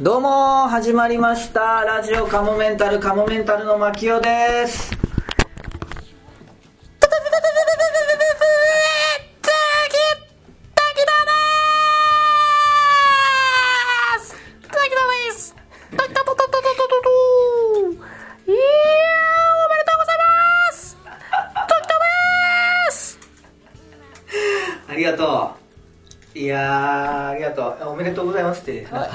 どうも始まりましたラジオカモメンタルの牧雄です。ありがとう。いやー、ありがとう。おめでとうございますってはい、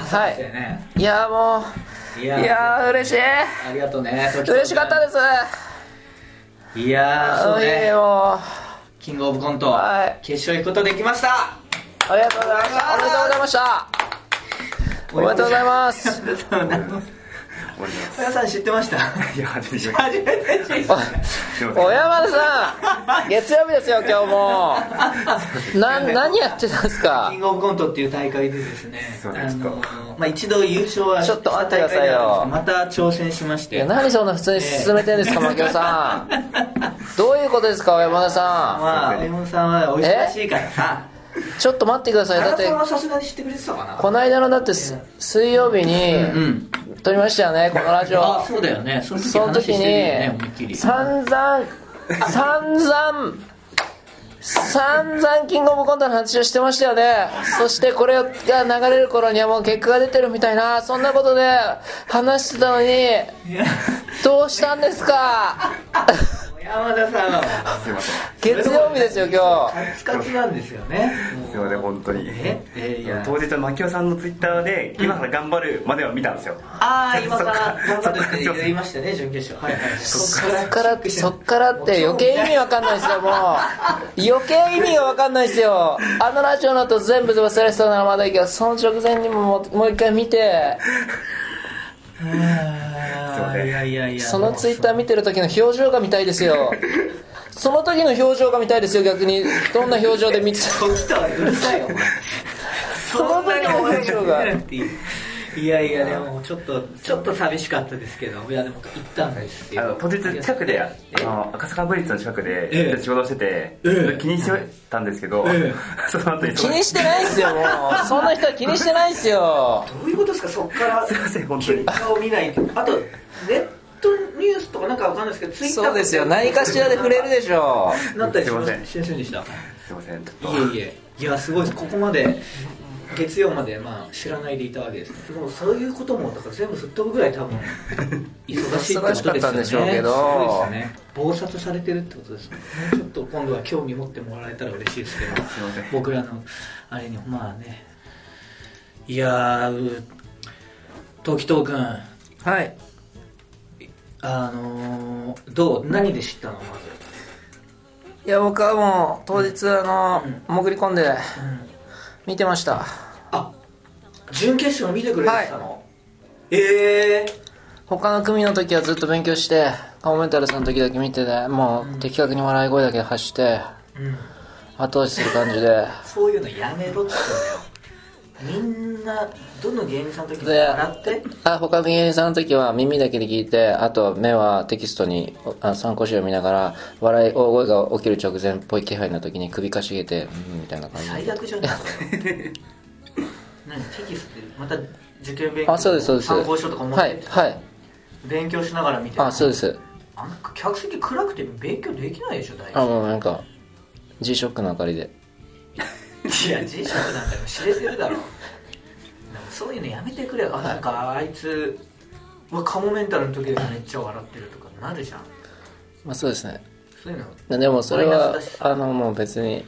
ね。 いやもういや嬉しい。 ありがとうね。 嬉しかったです。 いやー、そうね。キングオブコント、 はい、 決勝行くことできました。 ありがとうございました。おめでとうございました。おめでとうございます。 小山さん知ってました？ いや、初めて小山田さん、月曜日ですよ今日も。何やってたんですか？ キングオブコントっていう大会でですね、一度優勝はちょっと待ってくださいよ。 また挑戦しまして。 いや、何そんな普通に進めてるんですか、牧雄さん。どういうことですか、小山田さん。 小山さんはお忙しいからさ。 ちょっと待ってください。だってさすがに知ってくれてたかな。 この間のだって水曜日に撮りましたよね、このラジオ。 あ、そうだよね。その時に散々キングオブコントの話をしてましたよね。そしてこれが流れる頃にはもう結果が出てるみたいな、そんなことで話してたのにどうしたんですか？ 山田さん、 すいません。 月曜日ですよ今日。 カツカツなんですよね。 すいません、本当に。 いや、 当日は牧雄さんのツイッターで今から頑張るまでは見たんですよ。 ああ、今から頑張るって言いましたね、準決勝。はいはい。 そっからって余計意味わかんないですよ。もう余計意味がわかんないですよ。あのラジオの後全部忘れてたならまだいいけど、その直前にもう一回見て、そのツイッター見てる時の表情が見たいですよ。その時の表情が見たいですよ。逆にどんな表情で見てたその人はうるさいよ。 その時の表情がいやでもちょっと寂しかったですけど、いやでも行ったんですよ。 当日近くで赤坂ブリッツの近くで仕事してて、気にしてたんですけど、その後に気にしてないですよ。もうそんな人は気にしてないですよ。 どういうことですか？そっからすいません、本当に結果を見ない。あとネットニュースとかなんかわかんないですけど、ツイッターそうですよ、何かしらで触れるでしょう。なったりしませんでした。 すいません。 いやすごいです。ここまで月曜まで知らないでいたわけですね。でもそういうこともだから全部吹っ飛ぶぐらい多分忙しいってことですよね。 忙しかったんでしょうけど、 そうですね。忙殺されてるってことですね。ちょっと今度は興味持ってもらえたら嬉しいですけど、僕らのあれにいやー、時藤君、 はい、 何で知ったの？まず。 いや、僕はもう当日潜り込んで見てました。 あ、準決勝見てくれてたの？ 他の組の時はずっと勉強して、カモメンタルさんの時だけ見てて、もう的確に笑い声だけ発して、後押しする感じで。 そういうのやめろってみんなどの芸人さんの時に笑って。 他の芸人さんの時は耳だけで聞いて、あと目はテキストに参考資料見ながら、大声が起きる直前っぽい気配の時に首かしげて、みたいな感じ。 最悪じゃない何テキストでまた受験勉強、 そうです参考書とか持ってはい、勉強しながら見てる。 そうです。 客席暗くて勉強できないでしょ。大もうなんか G ショックの明かりで。 いや G ショックなんかでも知れてるだろ。そういうのやめてくれよ。なんかあいつカモメンタルの時でめっちゃ笑ってるとかなるじゃん。 そうですね。 そういうのでもそれはもう別に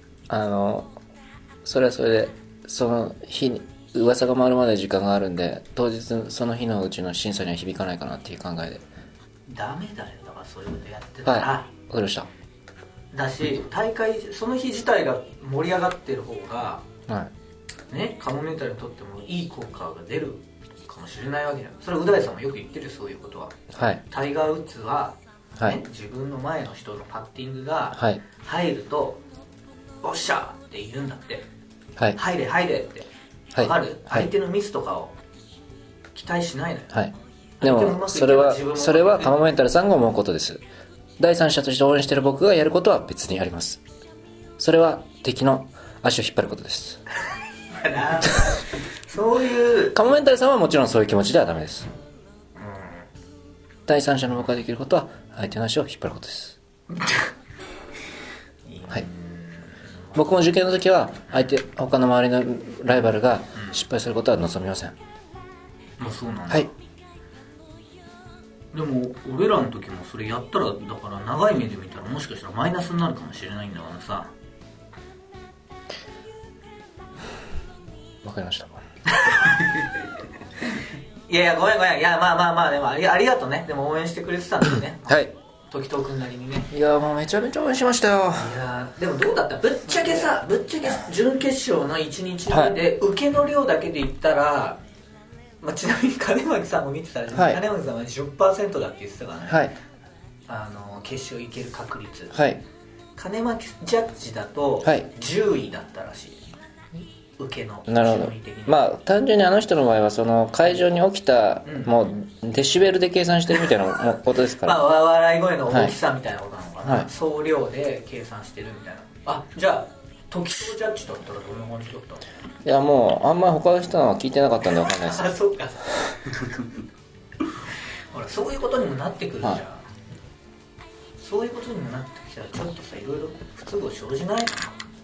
それはそれでその日に噂が回るまで時間があるんで、当日その日のうちの審査には響かないかなっていう考えで。 ダメだよ。だからそういうことやってたら、 わかりました。 だし大会その日自体が盛り上がってる方がね、カモメンタルにとってもいい効果が出るかもしれないわけじゃん。それはう大さんもよく言ってるよ、そういうことは。タイガー・ウッズは、自分の前の人のパッティングが入ると、おっしゃーって言うんだって、入れ入れって分かる？相手のミスとかを期待しないのよ。でもそれはカモメンタルさんが思うことです。第三者として応援してる僕がやることは別にあります。それは敵の足を引っ張ることです。 そういうカモメンタルさんはもちろんそういう気持ちではダメです、第三者の僕ができることは相手の足を引っ張ることですはい、僕も受験の時は他の周りのライバルが失敗することは望みません、 あ、そうなんだ。 はい。 でも俺らの時もそれやったら、だから長い目で見たらもしかしたらマイナスになるかもしれないんだからさ。 わかりましたいやいや、ごめん、いや、まあでもありがとうね。でも応援してくれてたんだよねはい、 時藤君なりにね。 いやもうめちゃめちゃ応援しましたよ。 いやでもどうだった？ぶっちゃけ準決勝の1日目で受けの量だけで言ったら、まあ、ちなみに金巻さんも見てたら、はい、金巻さんは 10% だって言ってたからね、 はい、 決勝行ける確率、 はい、 金巻ジャッジだと10位だったらしい、受けの。 なるほど。まあ単純にあの人の場合はその会場に起きた、もうデシベルで計算してるみたいなことですから、 まあ笑い声の大きさみたいなことなのかな、はい、総量で計算してるみたいな。あ、じゃあ時藤ジャッジだったらどんな感じだったの？ いやもうあんまり他の人のは聞いてなかったんで分かんないですあ、そうかほら、そういうことにもなってくるじゃん、はい、そういうことにもなってきたらちょっとさ、いろいろ不都合生じない？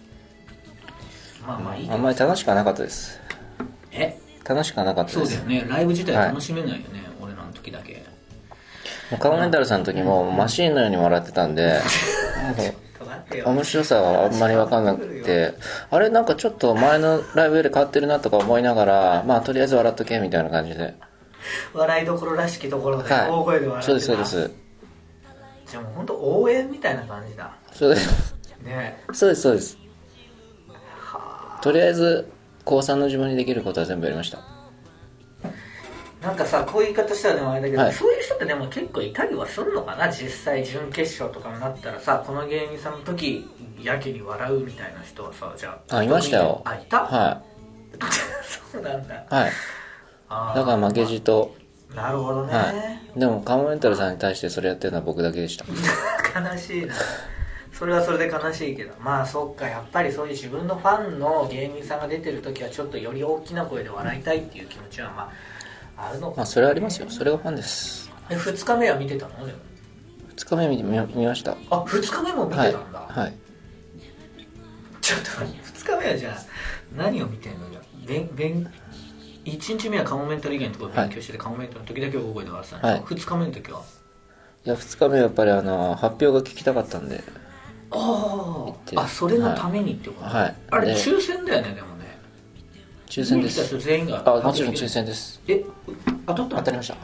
まあいいけど、 あんまり楽しくはなかったです。楽しくはなかったです。 そうだよね、ライブ自体楽しめないよね、はい、俺らの時だけ。 カモメンタルさんの時もマシーンのように笑ってたんで面白さはあんまり分かんなくて、あれなんかちょっと前のライブより変わってるなとか思いながら、まあとりあえず笑っとけみたいな感じで、 笑いどころらしきところで大声で笑ってた、はい、 そうですじゃあもう本当応援みたいな感じだ。 そうですね、そうですとりあえず高3の自分にできることは全部やりました。 なんかさ、こういう言い方したらでもあれだけど、はい、そういう人ってでも結構いたりはするのかな、実際準決勝とかになったらさ、この芸人さんの時やけに笑うみたいな人はさ、じゃあいましたよ。 あ、いた？ はいそうなんだ。 はい。だから負けじと、 まあ、なるほどね、 はい、でもカモメンタルさんに対してそれやってるのは僕だけでした悲しいな、それはそれで悲しいけど、まあそっか、やっぱりそういう自分のファンの芸人さんが出てる時はちょっとより大きな声で笑いたいっていう気持ちはまああるのかな、 まあそれはありますよ、それがファンです。 2日目は見てたの？でも 2日目見ました。 あ、2日目も見てたんだ。 はい、はい、 ちょっと2日目はじゃあ何を見てんの？じゃあ1日目はカモメンタル以外のところを勉強してて、はい、カモメンタルの時だけ大声で笑ってたんですけど、2日目の時は？ いや2日目はやっぱり発表が聞きたかったんで。 あ、それのためにってこと？ はい、 あれ抽選だよね。でもね、 抽選です。 全員がもちろん抽選です。 当たりました。 はい、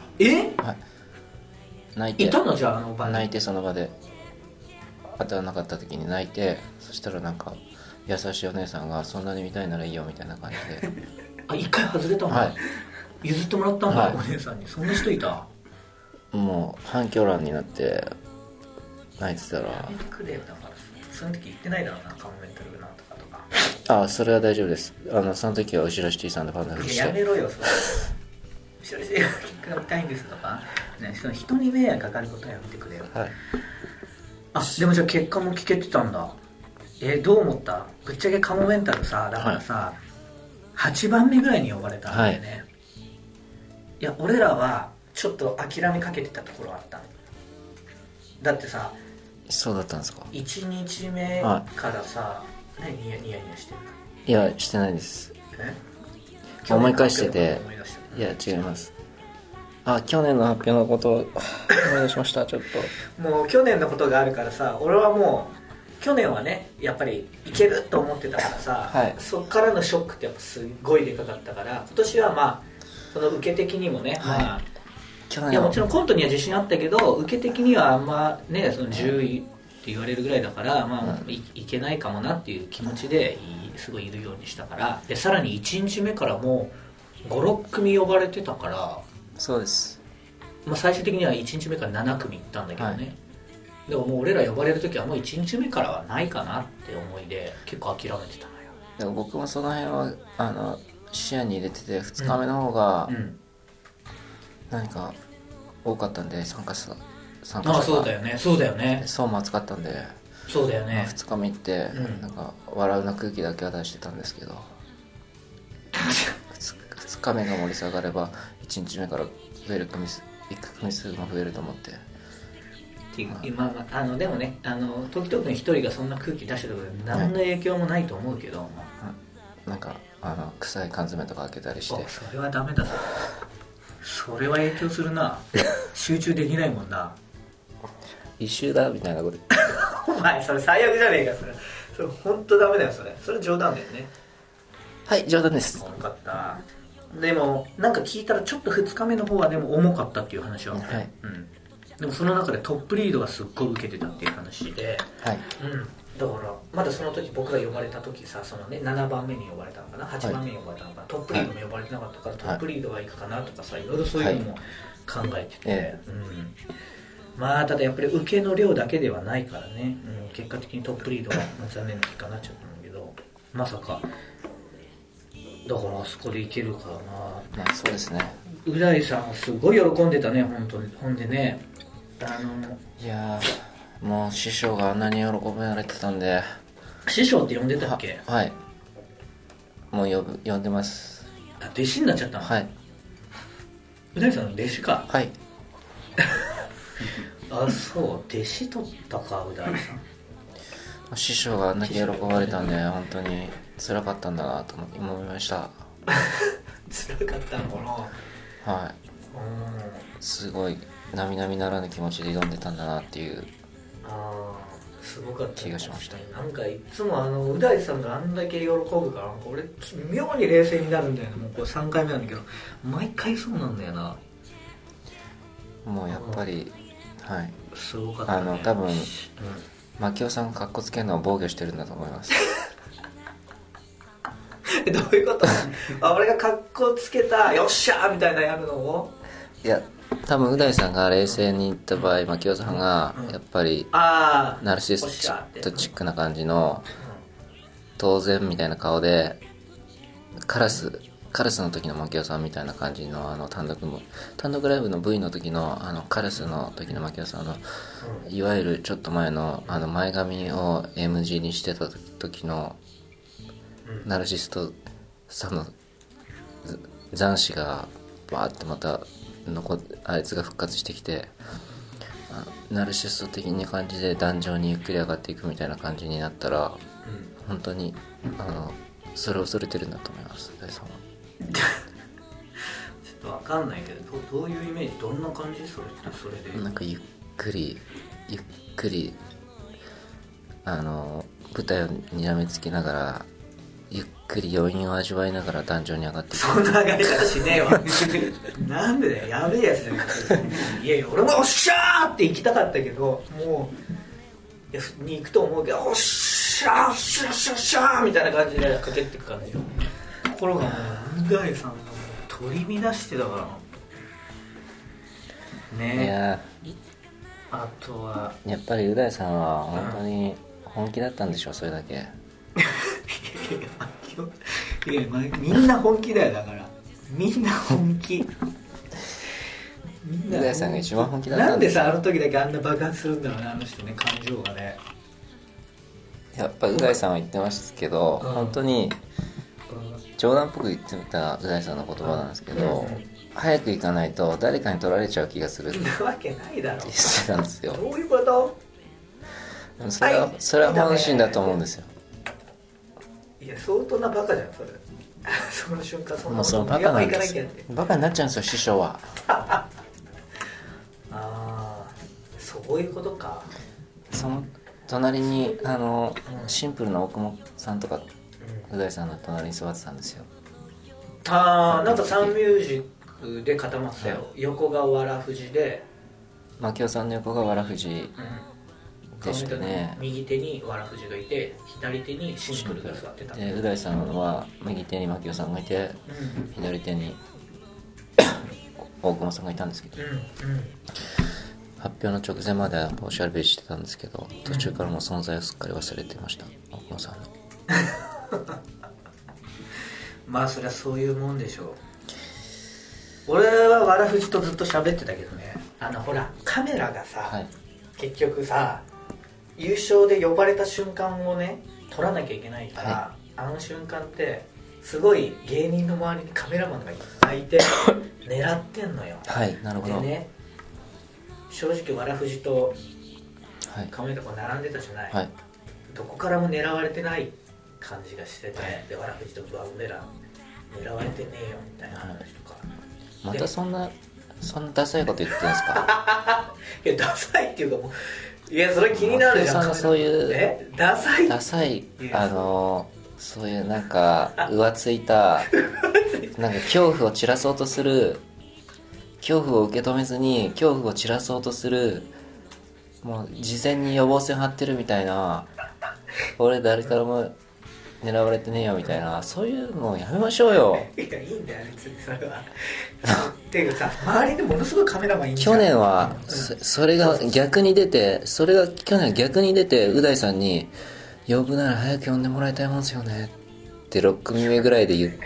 泣いていたの？じゃあ場で泣いて、その場で当たらなかった時に泣いて、そしたらなんか優しいお姉さんがそんなに見たいならいいよみたいな感じであ、1回外れたんだ、はい、譲ってもらったんだ、はい、お姉さんに。そんな人いた？もう反響欄になって泣いてたら、 やめてくれよ。だからその時言ってないだろうな、カモメンタルなんとかとか。 あ、それは大丈夫です。その時は後ろシティさんのファンだけでした。 やめろよ、それ後ろシティが見たいんですとか、ね、人に迷惑かかることはやめてくれよ。 はい。 あ、でもじゃあ結果も聞けてたんだ。どう思った？ぶっちゃけカモメンタルさ、だからさ、はい、8番目ぐらいに呼ばれたんだよね、はい、いや俺らはちょっと諦めかけてたところあったの。だってさ、 そうだったんですか ？1日目からさ、はい、ニヤニヤしてるの？ いや、してないです。思い返してて、いや違います。去年の発表のことを思い出しました。ちょっともう去年のことがあるからさ、俺はもう去年はね、やっぱりいけると思ってたからさ、はい、そっからのショックってやっぱすっごいでかかったから、今年はまあその受け的にもね、はい、まあいやもちろんコントには自信あったけど、受け的にはあんまね、その10位って言われるぐらいだから、まあ、いけないかもなっていう気持ちですごいいるようにしたから。でさらに1日目からもう 5,6 組呼ばれてたから。 そうです、 まあ、最終的には1日目から7組行ったんだけどね、はい、でももう俺ら呼ばれる時はもう1日目からはないかなって思いで結構諦めてたのよ。 でも僕もその辺は視野に入れてて、2日目の方が何か多かったんで、参加者が。 そうだよね、そうだよね。 層も厚かったんで、 そうだよね。 2日目行って、なんか笑うな空気だけは出してたんですけど 2日目が盛り下がれば1日目から行く組数も増えると思って。 今でもね時々に一人がそんな空気出してたことで何の影響もないと思うけど、 なんか臭い缶詰とか開けたりして。 それはダメだぞ。それは影響するな。集中できないもんな。 一周だみたいなことお前それ最悪じゃねえか。それ本当ダメだよ。それ冗談だよね。 はい冗談です。 重かった。でもなんか聞いたらちょっと2日目の方はでも重かったっていう話はあって、 はい、 でもその中でトップリードがすっごい受けてたっていう話で、 はい、 だからまだその時僕が呼ばれた時さ、そのね7番目に呼ばれたのかな、8番目に呼ばれたのかな、トップリードも呼ばれてなかったから、トップリードが行くかなとかさ、いろいろそういうのも考えてて、まあただやっぱり受けの量だけではないからね、結果的にトップリードは残念な結果になっちゃったんだけど、まさかだからあそこでいけるからな。 まあそうですね。 う大さんはすごい喜んでたね、本当に。ほんでね、 いやもう師匠があんなに喜ばれてたんで。 師匠って呼んでたっけ？ はい、もう呼んでます。 弟子になっちゃったの？ はい。 う大さんの弟子か？ はい。 あ、そう、弟子取ったか、う大さん。 師匠があんだけ喜ばれたんで本当に辛かったんだなと思いました。 辛かったのかな。 はい。すごい並々ならぬ気持ちで挑んでたんだなっていうすごかった気がしました。 なんかいつもう大さんがあんだけ喜ぶから俺妙に冷静になるんだよね。もうこれ3回目なんだけど毎回そうなんだよな。 もうやっぱりはいすごかったね。 多分牧雄さんがカッコつけるのを防御してるんだと思います。 どういうこと？俺がカッコつけたよっしゃーみたいなやるのを、 いや多分う大さんが冷静に言った場合、牧雄さんがやっぱりナルシストチックな感じの当然みたいな顔でカラスの時の牧雄さんみたいな感じの単独ライブの V の時のカラスの時の牧雄さんのいわゆるちょっと前の前髪を M 字にしてた時のナルシストさんの残滓がバーってまたあいつが復活してきてナルシスト的な感じで壇上にゆっくり上がっていくみたいな感じになったら、本当にそれを恐れてるんだと思います。大さんはちょっと分かんないけどどういうイメージ、どんな感じ？それでなんかゆっくり舞台をにらめつけながらゆっくり余韻を味わいながら壇上に上がっていく。 そんな上がり方しねえわ。なんでだよ、やべえやつじゃねえか。いやいや俺もおっしゃーって行きたかったけど、もうに行くと思うけどおっしゃーおっしゃーおっしゃーおっしゃーみたいな感じでかけていく感じよ。ところがもうう大さんが取り乱してたからね。 いやあとはやっぱりう大さんは本当に本気だったんでしょう、それだけ。 いやみんな本気だよ。だからみんな本気。 う大さんが一番本気だったんですよ。 なんでさ時だけあんな爆発するんだろうね、あの人ね、感情がね。 やっぱう大さんは言ってましたけど、本当に冗談っぽく言ってみたう大さんの言葉なんですけど、早く行かないと誰かに取られちゃう気がするってなわけないだろ言ってたんですよ。 どういうこと？ それは本心だと思うんですよ。 いや相当なバカじゃんそれ。その瞬間もうそのバカなんですよ。バカになっちゃうんですよ、師匠は。 ああ、そういうことか。 その隣にシンプルな大久保さんとかう大さんの隣に座ってたんですよ。 ああ、なんかサンミュージックで固まってたよ、横がわらふじで牧雄さんの横がわらふじでしたね。 右手にわらふじがいて左手にシンプルが座ってた。 でう大さんは右手に牧雄さんがいて、左手に大久保さんがいたんですけど、発表の直前まではおしゃべりしてたんですけど、途中からもう存在をすっかり忘れてました、大久保さんの。 まあそりゃそういうもんでしょう。俺はわらふじとずっと喋ってたけどね。ほらカメラがさ、はい、結局さ優勝で呼ばれた瞬間をね撮らなきゃいけないから、はい、あの瞬間ってすごい芸人の周りにカメラマンがいっぱいいて狙ってんのよ。 はい、なるほど。 でね、正直わらふじとカメラこう並んでたじゃない、はい、どこからも狙われてない感じがしてて、でわらふじと俺ら狙われてねえよみたいな話とか、 またそんなダサいこと言ってるんですか？ いやダサいっていうかもう、いやそれ気になるじゃん。 そういうダサいそういうなんか浮ついたなんか恐怖を散らそうとする、恐怖を受け止めずに恐怖を散らそうとする、もう事前に予防線張ってるみたいな、俺誰からも狙われてねえよみたいな、そういうのやめましょうよ。 いやいいんだよ別にそれはっていうかさ、周りでものすごいカメラマンいいんじゃん。 去年はそれが逆に出て、う大さんに呼ぶなら早く呼んでもらいたいもんですよねって6組目ぐらいで言った。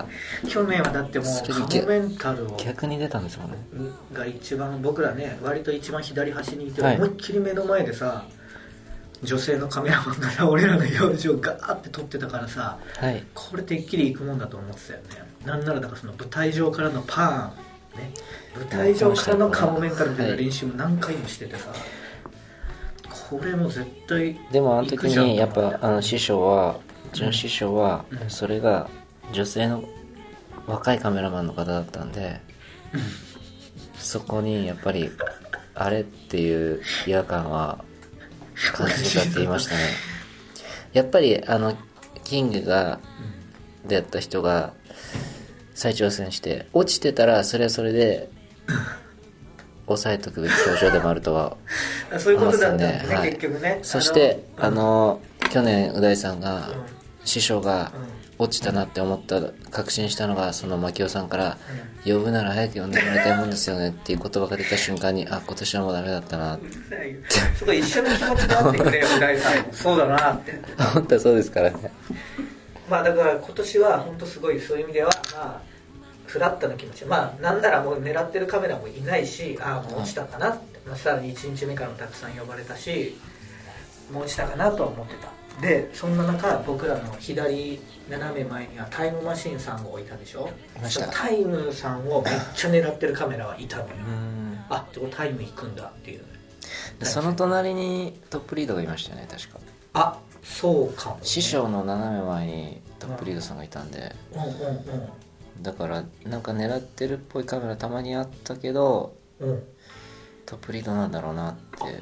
去年はだってもうカモメンタルを逆に出たんですもんね。 が一番僕らね、割と一番左端にいて、思いっきり目の前でさ、女性のカメラマンが俺らの表情をガーって撮ってたからさ、はい、これてっきりいくもんだと思ってたよね。なんならだからその舞台上からのパーンね、舞台上からのカモメンタルみたいな練習も何回もしててさ、これも絶対。 でもあの時にやっぱ師匠は、うちの師匠はそれが女性の若いカメラマンの方だったんで、そこにやっぱりあれっていう違和感は感じたって言いましたね。やっぱりキングが出会った人が再挑戦して落ちてたら、それはそれで抑えとくべき表情でもあるとはそういうことだったんだね、はい、結局ね。 そして去年う大さんが、師匠が落ちたなって思った確信したのが、その牧雄さんから、呼ぶなら早く呼んでもらいたいもんですよねっていう言葉が出た瞬間に、あ、今年はもうダメだったなってそこ一緒の気持ちになってくれよう大さんそうだなって本当はそうですからね。 まあだから今年は本当すごい、そういう意味ではまあフラットな気持ち、まあなんならもう狙ってるカメラもいないし、ああもう落ちたかなって、まあ、さらに1日目からもたくさん呼ばれたし、もう落ちたかなとは思ってた。でそんな中、僕らの左斜め前にはタイムマシーンさんがいたでしょ。 いました。 タイムさんをめっちゃ狙ってるカメラはいたのよ。あ、これタイム行くんだっていう。 その隣にトップリードがいましたよね、確か。 あ、そうかも、ね、 師匠の斜め前にトップリードさんがいたんで、だからなんか狙ってるっぽいカメラたまにあったけど、トップリードなんだろうなって。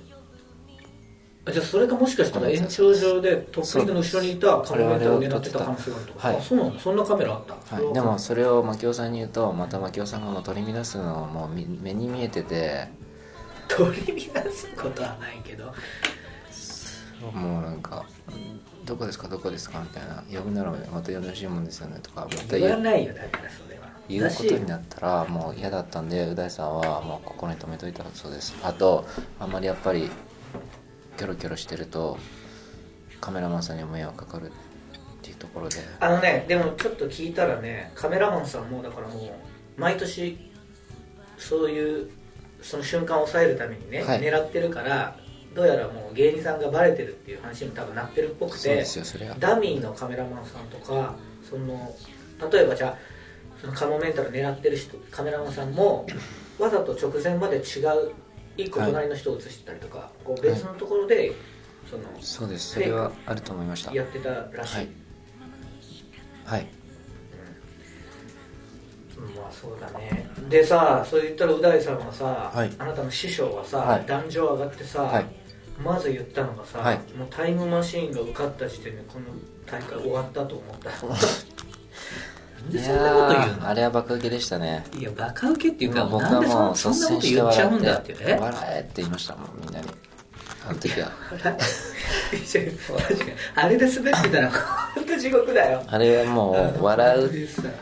じゃあそれがもしかしたら延長上でトップリードの後ろにいたカメラメーターを狙ってた可能性があるとか。はい、あ、そうなんだ。そんなカメラあった、 はい、でもそれを牧雄さんに言うと、また牧雄さんがもう取り乱すのをもう目に見えてて、 取り乱すことはないけど、 もうなんかどこですかみたいな、呼ぶならまた呼んでほしいもんですよねとか、また言わないよ。だからそれは言うことになったらもう嫌だったんで、う大さんはもう心に留めといたそうです。あとあんまりやっぱりキョロキョロしてるとカメラマンさんにも迷惑かかるっていうところで、 でもちょっと聞いたらね、カメラマンさんもだからもう毎年そういうその瞬間を抑えるためにね、はい、狙ってるから、どうやらもう芸人さんがバレてるっていう話にも多分なってるっぽくて、 そうですよ、それはダミーのカメラマンさんとか、その例えばじゃあそのカモメンタル狙ってる人、カメラマンさんもわざと直前まで違う一個隣の人を映してたりとか、はい、こう別のところで、 そうです、それはあると思いました。 やってたらしい。 はい、 まあそうだね。でさ、そう言ったらう大さんはさ、 はい、 あなたの師匠はさ、 はい、 壇上上がってさ、はい、まず言ったのがさ、 はい、 もうタイムマシーンが受かった時点でこの大会終わったと思ったなんでそんなこと言うの？ あれはバカ受けでしたね。 いやバカ受けっていうか、 僕はもう率先して笑って笑えって言いましたもん、みんなに。あの時は確かにあれで滑ってたら本当地獄だよ。 あれはもう笑う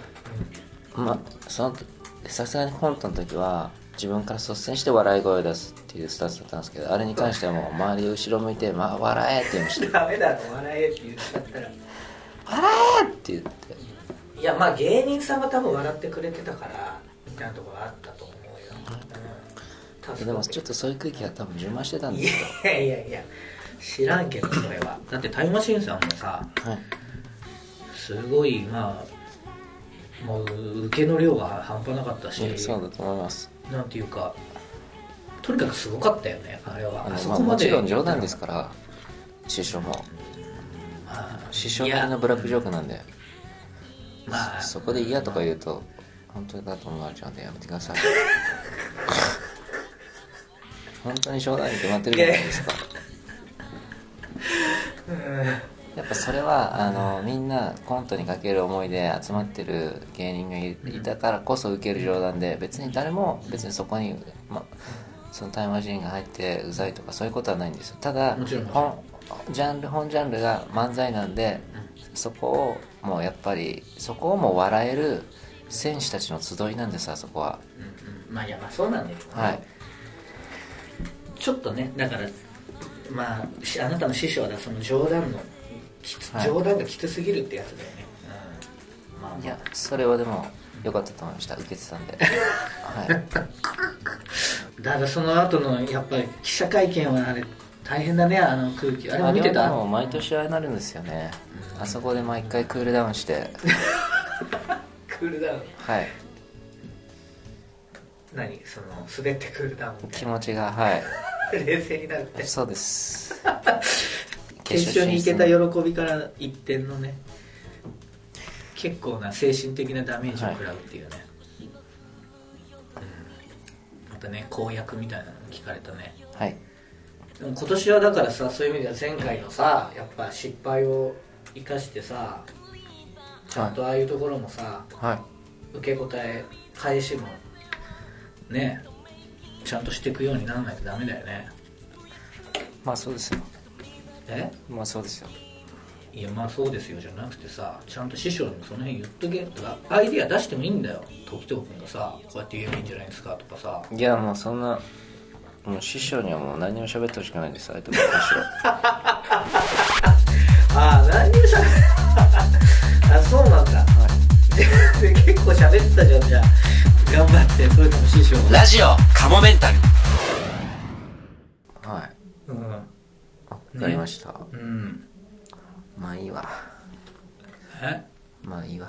さすがにコントの時は自分から率先して笑い声を出すっていうスタンスだったんですけど、あれに関してはもう周り後ろ向いて、笑えって言いましたダメだろ、笑えって言っちゃったら笑えって言って、 いやまあ芸人さんが多分笑ってくれてたからみたいなところがあったと思うよ、 でもちょっとそういう空気が多分充満してたんですよ。いや知らんけど、それはだってタイムマシーンさんもさ、はい、すごいまあもう受けの量が半端なかったし、 そうだと思います。 なんていうかとにかくすごかったよねあれは。 あそこまで、もちろん冗談ですから師匠も、師匠なりのブラックジョークなんで、そこで嫌とか言うと本当だと思われちゃうんでやめてください本当に冗談に決まってるじゃないですかやっぱそれはみんなコントにかける思いで集まってる芸人がいたからこそ受ける冗談で、別に誰も別にそこに、そのタイムマシンが入ってうざいとかそういうことはないんですよ。ただ本ジャンルが漫才なんで、そこをもうやっぱりそこをもう笑える選手たちの集いなんです、あそこは。 まあそうなんですよね、はい、ちょっとねだからあなたの師匠はその冗談がきつすぎるってやつだよね、 いやそれはでも良かったと思いました、受けてたんではいだからその後のやっぱり記者会見はあれ大変だね、あの空気。あれも見てた？ でも毎年ああなるんですよね、あそこで毎回クールダウンしてクールダウン、 はい、 何その滑ってクールダウンみたいな気持ちが、はい冷静になるって。 そうです決勝に行けた喜びから一転のね、結構な精神的なダメージを食らうっていうね、またね公約みたいなの聞かれたね。 はい。 でも今年はだからさ、そういう意味では前回のさやっぱ失敗を生かしてさ、ちゃんとああいうところもさ、はい、受け答え返しもねちゃんとしていくようにならないとダメだよね。 まあそうですよ。まあそうですよ。 いやまあそうですよじゃなくてさ、ちゃんと師匠にもその辺言っとけとか、アイディア出してもいいんだよ。時藤君がさこうやって言えばいいんじゃないですかとかさ。 いやもうそんな、もう師匠にはもう何も喋ってほしくないです。ああいうところああ何にも喋あそうなんだ、はい、で結構喋ってたじゃん。じゃあ頑張って、それとも師匠ラジオカモメンタル、はい、わかりました、まあいいわ。まあいいわ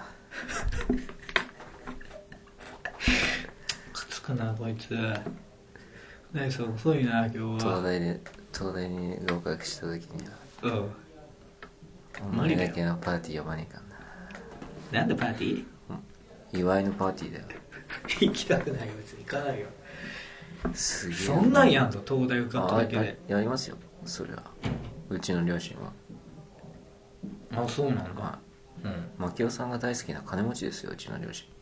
くつくなこいつ。何そ遅いな今日は。 東大に合格した時にはお前だけのパーティー呼ばねえかんな。なんでパーティー？祝いのパーティーだよ。 行きたくないよ、別に行かないよ。 すげえ。 そんなんやんぞ、東大受かっただけで。 やりますよそれは。うちの両親は。 あ、そうなんだ。 牧雄さんが大好きな金持ちですよ、うちの両親。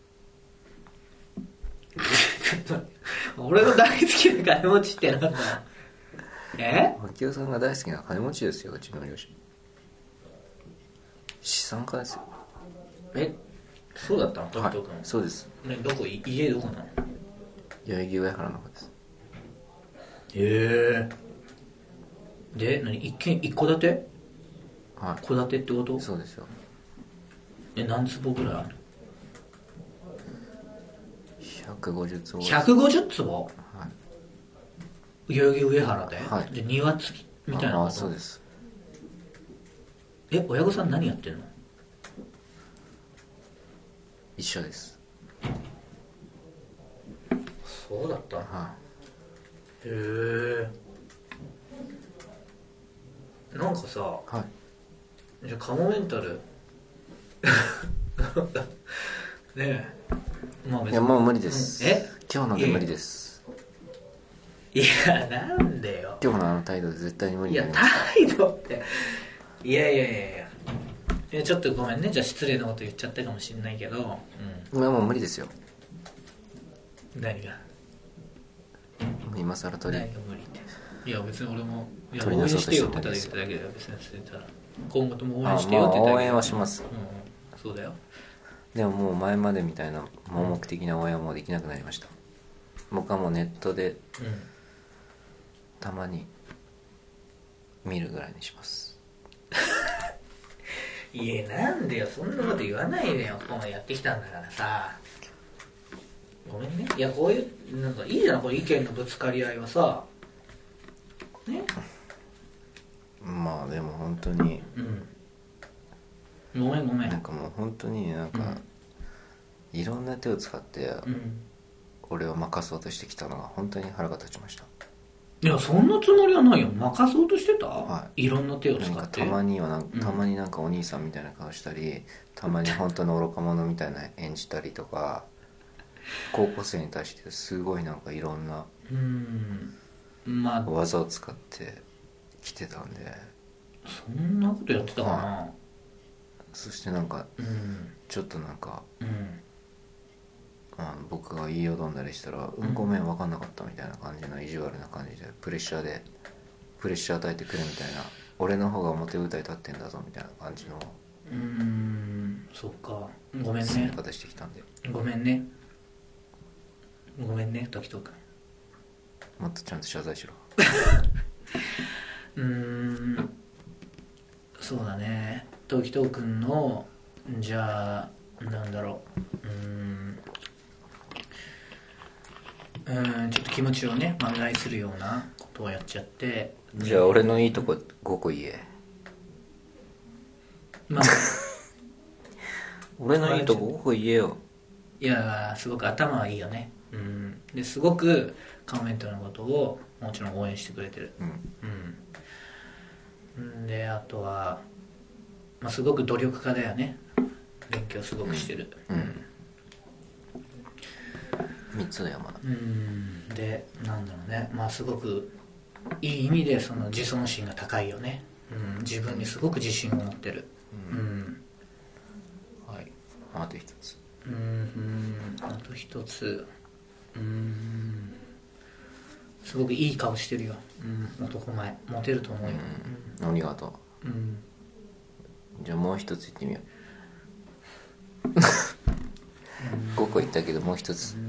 俺の大好きな金持ちってなんだ。 牧雄さんが大好きな金持ちですよ、うちの両親。資産家ですよ。 そうだったの、時藤君。 そうです。 どこ、家どこなの？ 代々木上原の方です。 で、一戸建て？ はい。 戸建てってこと？ そうですよ。 何坪ぐらいある ？150坪。 150坪？はい。代々木上原で？ はい。 で、庭付きみたいなこと？ そうです。 親御さん何やってんの？ 一緒です。 そうだった。 はい。 へえ。なんかさ、 はい。 じゃあカモメンタルねえ、まあ別に。 いやもう無理です。今日ので無理です。 いやなんでよ。 今日のあの態度で絶対に無理になります。いや態度っていやちょっとごめんね、じゃあ失礼なこと言っちゃったかもしんないけど、 もう無理ですよ。 何が今更取り。 何が無理って。いや別に俺も応援してよって言っただけだよ。別に言ったら今後とも応援してよって言っただけ。 応援はします、 そうだよ。 でももう前までみたいな盲目的な応援はもうできなくなりました。僕はもうネットでたまに見るぐらいにしますいやなんでよ、そんなこと言わないでよ。ここまでやってきたんだからさ。ごめんね。いやこういうなんかいいじゃん、これ意見のぶつかり合いはさね。 まあでも本当に、 ごめんなんかもう本当になんか、 いろんな手を使って、俺を任そうとしてきたのが本当に腹が立ちました。 いや、そんなつもりはないよ。任そうとしてた、はい、いろんな手を使って。 たまになんかお兄さんみたいな顔したり、たまに本当の愚か者みたいな演じたりとか高校生に対してすごいなんかいろんな技を使ってきてたんで。 そんなことやってたかな、はい、 そしてなんか、ちょっとなんか、僕が言いよどんだりしたら、ごめん分かんなかったみたいな感じの意地悪な感じでプレッシャー与えてくるみたいな、俺の方が表舞台立ってんだぞみたいな感じのそうか、ごめんね、 進め方してきたんで。 ごめんね時藤君、 もっとちゃんと謝罪しろ。 そうだね、時藤君のじゃあなんだろう、ちょっと気持ちをね漫才するようなことをやっちゃって、 じゃあ俺のいいとこ5個言え。まあ俺のいいとこ5個言えよ。 いや、すごく頭はいいよね。ですごくカモメンタルのことをもちろん応援してくれてる。で、あとは、すごく努力家だよね。勉強すごくしてる。 3つだよまだ。 で、なんだろうね、すごくいい意味でその自尊心が高いよね。自分にすごく自信を持ってる。 はい。あと一つ。 あと一つ。すごくいい顔してるよ。男前モテると思うよ。 ありがとう。じゃあもう一つ言ってみよう。5個言ったけどもう一つ。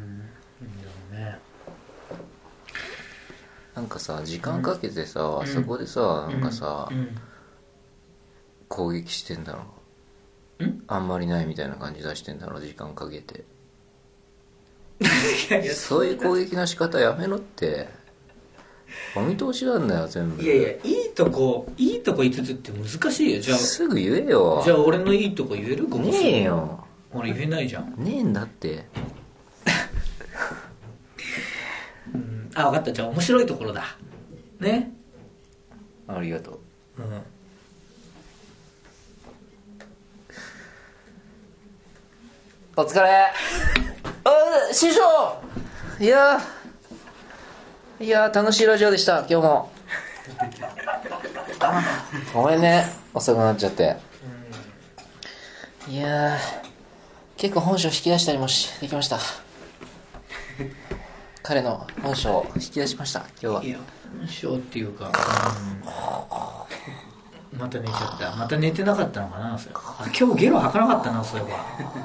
なんかさ、時間かけてさ、そこでさ、なんかさ、攻撃してんだろ。あんまりないみたいな感じ出してんだろ、時間かけて。そういう攻撃の仕方やめろって。お見通しなんだよ全部。 いやいや、いいとこ5つって難しいよ。じゃあすぐ言えよ。 じゃあ俺のいいとこ言える？ ねえよ。 俺言えないじゃん。 ねえんだって分かった。じゃあ面白いところだね。 ありがとう。お疲れ。師匠。いや楽しいラジオでした今日も。ごめんね遅くなっちゃって。いや結構本性引き出したりもできました。彼の本性を引き出しました今日は。 いや、本性っていうか、また寝ちゃった。また寝てなかったのかなそれ。今日ゲロ吐かなかったなそういえば。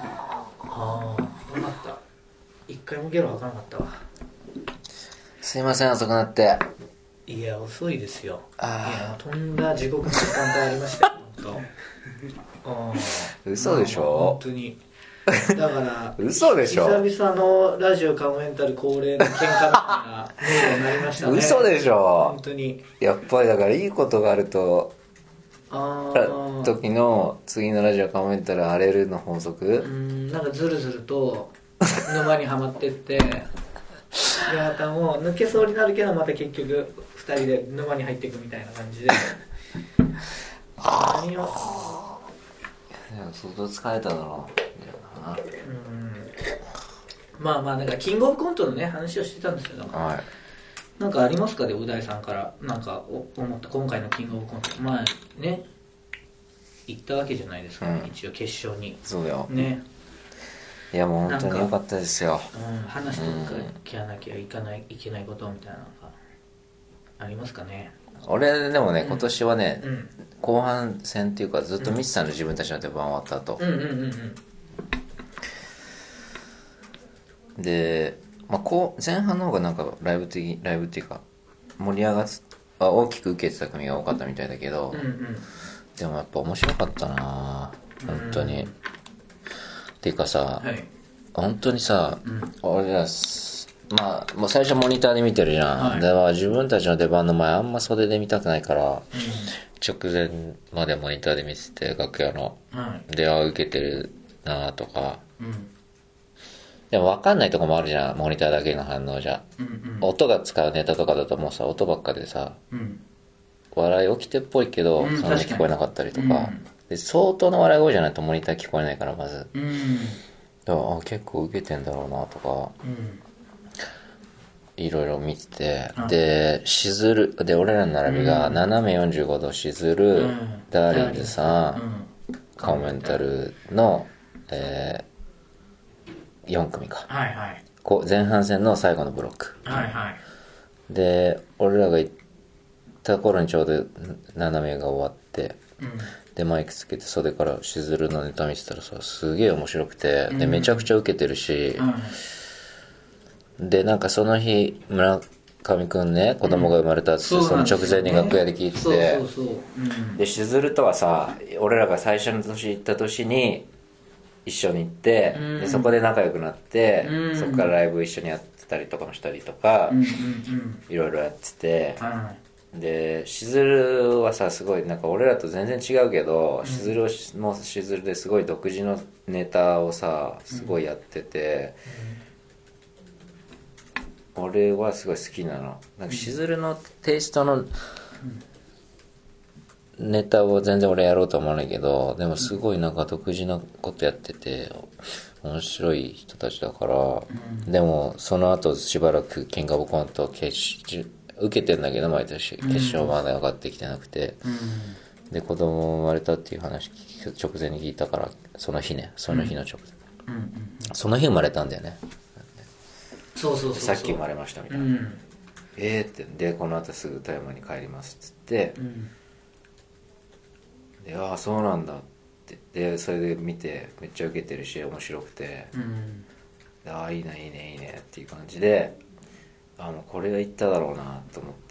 よかった。一回もゲロ吐かなかったわ。 すいません遅くなって。 いや遅いですよ。いやとんだ地獄の時間帯ありましたよ本当。 嘘でしょ。 本当に。だから嘘でしょ。 久々のラジオカモメンタル恒例の喧嘩みたいなムードになりましたね。 嘘でしょ。 本当に。 やっぱりだからいいことがあると時の次のラジオカモメンタル荒れるの法則。 なんかずるずると沼にはまってって八幡も抜けそうになるけどまた結局2人で沼に入っていくみたいな感じで。何を相当疲れただろう。 だからキングオブコントのね話をしてたんですよ。なんかありますかでう大さんからなんか思った今回のキングオブコント。ね行ったわけじゃないですか、一応決勝に。 そうだよね。 いやもう本当に良かったですよ。 話しておかなきゃいけないことみたいなのがありますかね。 俺でもね今年はね、後半戦っていうかずっと見てたの、自分たちの出番終わった後。で、前半の方がなんかライブっていうか盛り上が大きく受けてた組が多かったみたいだけど、でもやっぱ面白かったな本当に。っていうかさ、本当にさ、俺らもう最初モニターで見てるじゃん。だから自分たちの出番の前あんま袖で見たくないから、直前までモニターで見てて楽屋の、で受けてるなとか、 でも分かんないとこもあるじゃん、モニターだけの反応じゃ、音が使うネタとかだともうさ、音ばっかでさ、笑い起きてっぽいけど顔に聞こえなかったりとか、で相当の笑い声じゃないとモニター聞こえないから、まず、だから結構受けてんだろうなとか、いろいろ見てて、でしずるで、俺らの並びが斜め45度しずる、ダーリンズさん、カモメンタルの、4組か、 はいはい、 前半戦の最後のブロック、 はいはい、 で俺らが行った頃にちょうど斜めが終わって、でマイクつけて袖からしずるのネタ見てたらさ、すげえ面白くて、でめちゃくちゃ受けてるし、でなんかその日村上くんね、子供が生まれたって、その直前に楽屋で聞いてて、でしずるとはさ、俺らが最初の年行った年に一緒に行って、でそこで仲良くなって、そこからライブ一緒にやってたりとかもしたりとか、いろいろやってて、でしずるはさ、すごいなんか俺らと全然違うけど、しずるもしずるですごい独自のネタをさ、すごいやってて、俺はすごい好きなの。なんかしずるのテイストのネタを全然俺やろうとは思わないけど、でもすごいなんか独自なことやってて面白い人たちだから、でもその後しばらくキングオブコント受けてんだけど、毎年決勝まで上がってきてなくて、で子供生まれたっていう話直前に聞いたから、その日の直前、その日生まれたんだよね。 そうさっき生まれましたみたいな、ってでこの後すぐ富山に帰りますっつって、でああそうなんだって、でそれで見てめっちゃ受けてるし面白くて、でああいいねいいねいいねっていう感じで、もうこれがいっただろうなと思って、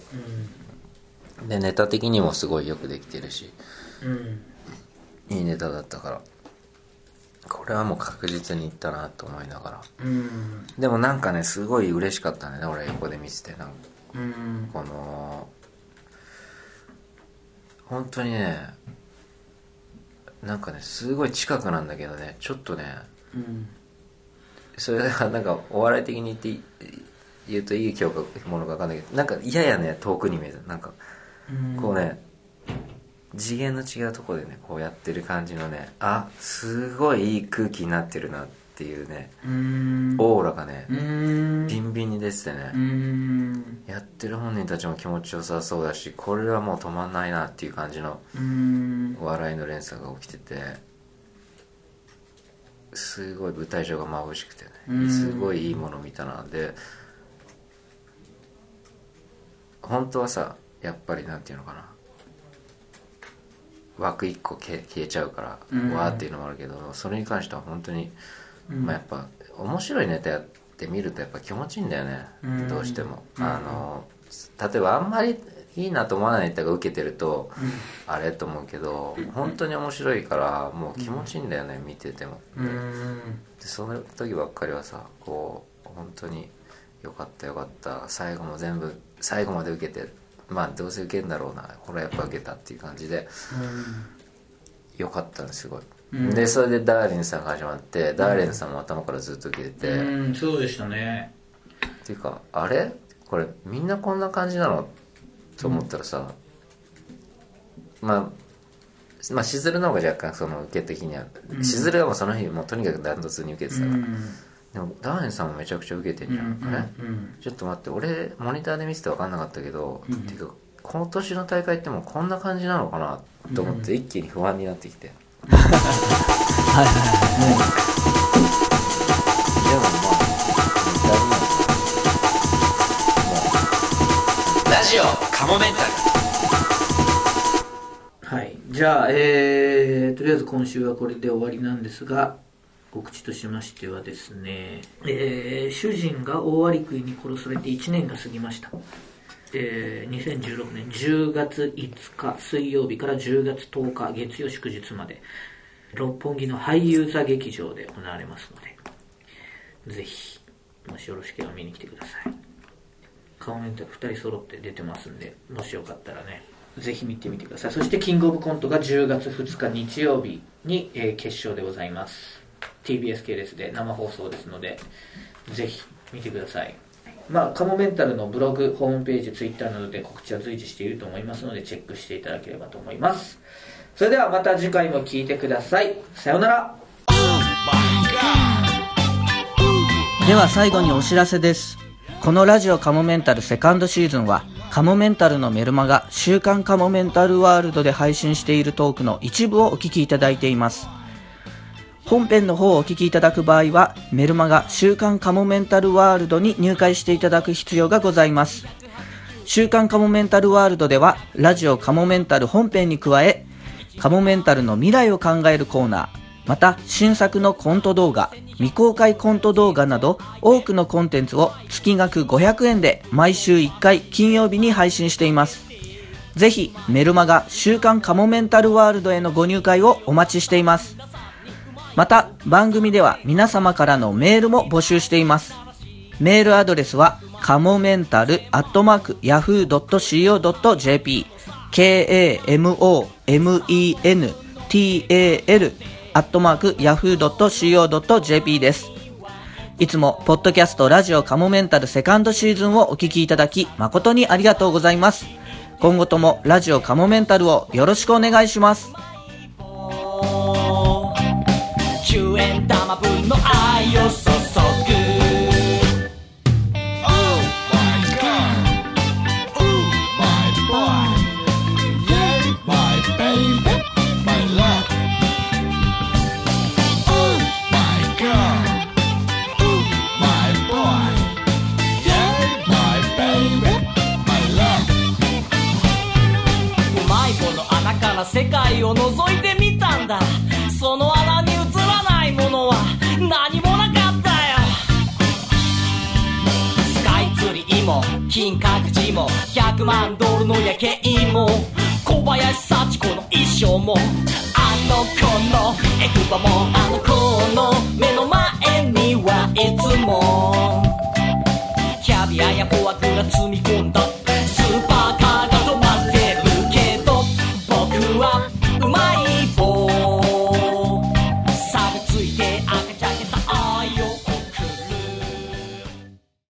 でネタ的にもすごいよくできてるし、いいネタだったから、これはもう確実にいったなと思いながら、でもなんかねすごい嬉しかったんだよね、俺横で見てて、なんか、この本当にね、なんかねすごい近くなんだけどね、ちょっとね、それがなんかお笑い的に言うといいものか分かんないけど、なんかややね遠くに見える、なんかこうね、次元の違うところでねこうやってる感じのね、すごいいい空気になってるなっていうね、オーラがねビンビンに出ててね、やってる本人たちも気持ちよさそうだし、これはもう止まんないなっていう感じの笑いの連鎖が起きてて、すごい舞台上が眩しくてね、すごいいいもの見たな。で本当はさ、やっぱりなんていうのかな、枠1個消えちゃうから、わーっていうのもあるけど、それに関しては本当に、やっぱ面白いネタやってみるとやっぱ気持ちいいんだよね、どうしても、例えばあんまりいいなと思わないネタが受けてると、あれと思うけど、本当に面白いからもう気持ちいいんだよね、見てても。でその時ばっかりはさ、こう本当によかったよかった、最後も全部最後まで受けて、どうせ受けるんだろうな、これはやっぱ受けたっていう感じで、よかったんですすごい。でそれでダーリンさんが始まって、ダーリンさんも頭からずっと受けてて、 そうでしたね。 っていうか、あれこれみんなこんな感じなのと思ったらさ、しずるの方が若干その受け的には、しずるはもうその日もうとにかくダントツに受けてたから、でもダーリンさんもめちゃくちゃ受けてんじゃん、あれ、ちょっと待って、俺モニターで見てて分かんなかったけど、っていうか今年の大会ってもうこんな感じなのかなと思って、一気に不安になってきて、はいはいはい、でもラジオカモメンタル。はい、じゃあ、とりあえず今週はこれで終わりなんですが、告知としましてはですね、主人が大アリクイに殺されて1年が過ぎました。2016年10月5日水曜日から10月10日月曜祝日まで六本木の俳優座劇場で行われますので、ぜひもしよろしければ見に来てください。顔メンタル2人揃って出てますんで、もしよかったらねぜひ見てみてください。そしてキングオブコントが10月2日日曜日に、決勝でございます。 TBS 系列で生放送ですのでぜひ見てください。カモメンタルのブログ、ホームページ、ツイッターなどで告知は随時していると思いますのでチェックしていただければと思います。それではまた次回も聞いてください。さようなら。 では最後にお知らせです。このラジオカモメンタルセカンドシーズンはカモメンタルのメルマガ週刊カモメンタルワールドで配信しているトークの一部をお聞きいただいています。本編の方をお聞きいただく場合はメルマガ週刊カモメンタルワールドに入会していただく必要がございます。週刊カモメンタルワールドではラジオカモメンタル本編に加えカモメンタルの未来を考えるコーナー、また新作のコント動画、未公開コント動画など多くのコンテンツを月額500円で毎週1回金曜日に配信しています。ぜひメルマガ週刊カモメンタルワールドへのご入会をお待ちしています。また番組では皆様からのメールも募集しています。メールアドレスはカモメンタル@yahoo.co.jp kamomental@yahoo.co.jp です。いつもポッドキャストラジオカモメンタルセカンドシーズンをお聞きいただき誠にありがとうございます。今後ともラジオカモメンタルをよろしくお願いします。10円玉分の愛を注ぐ世界を覗いてみたんだ。その穴に映らないものは何もなかったよ。スカイツリーも金閣寺も100万ドルの夜景も小林幸子の衣装もあの子のエクバもあの子の目の前にはいつもキャビアやフォアグラ積み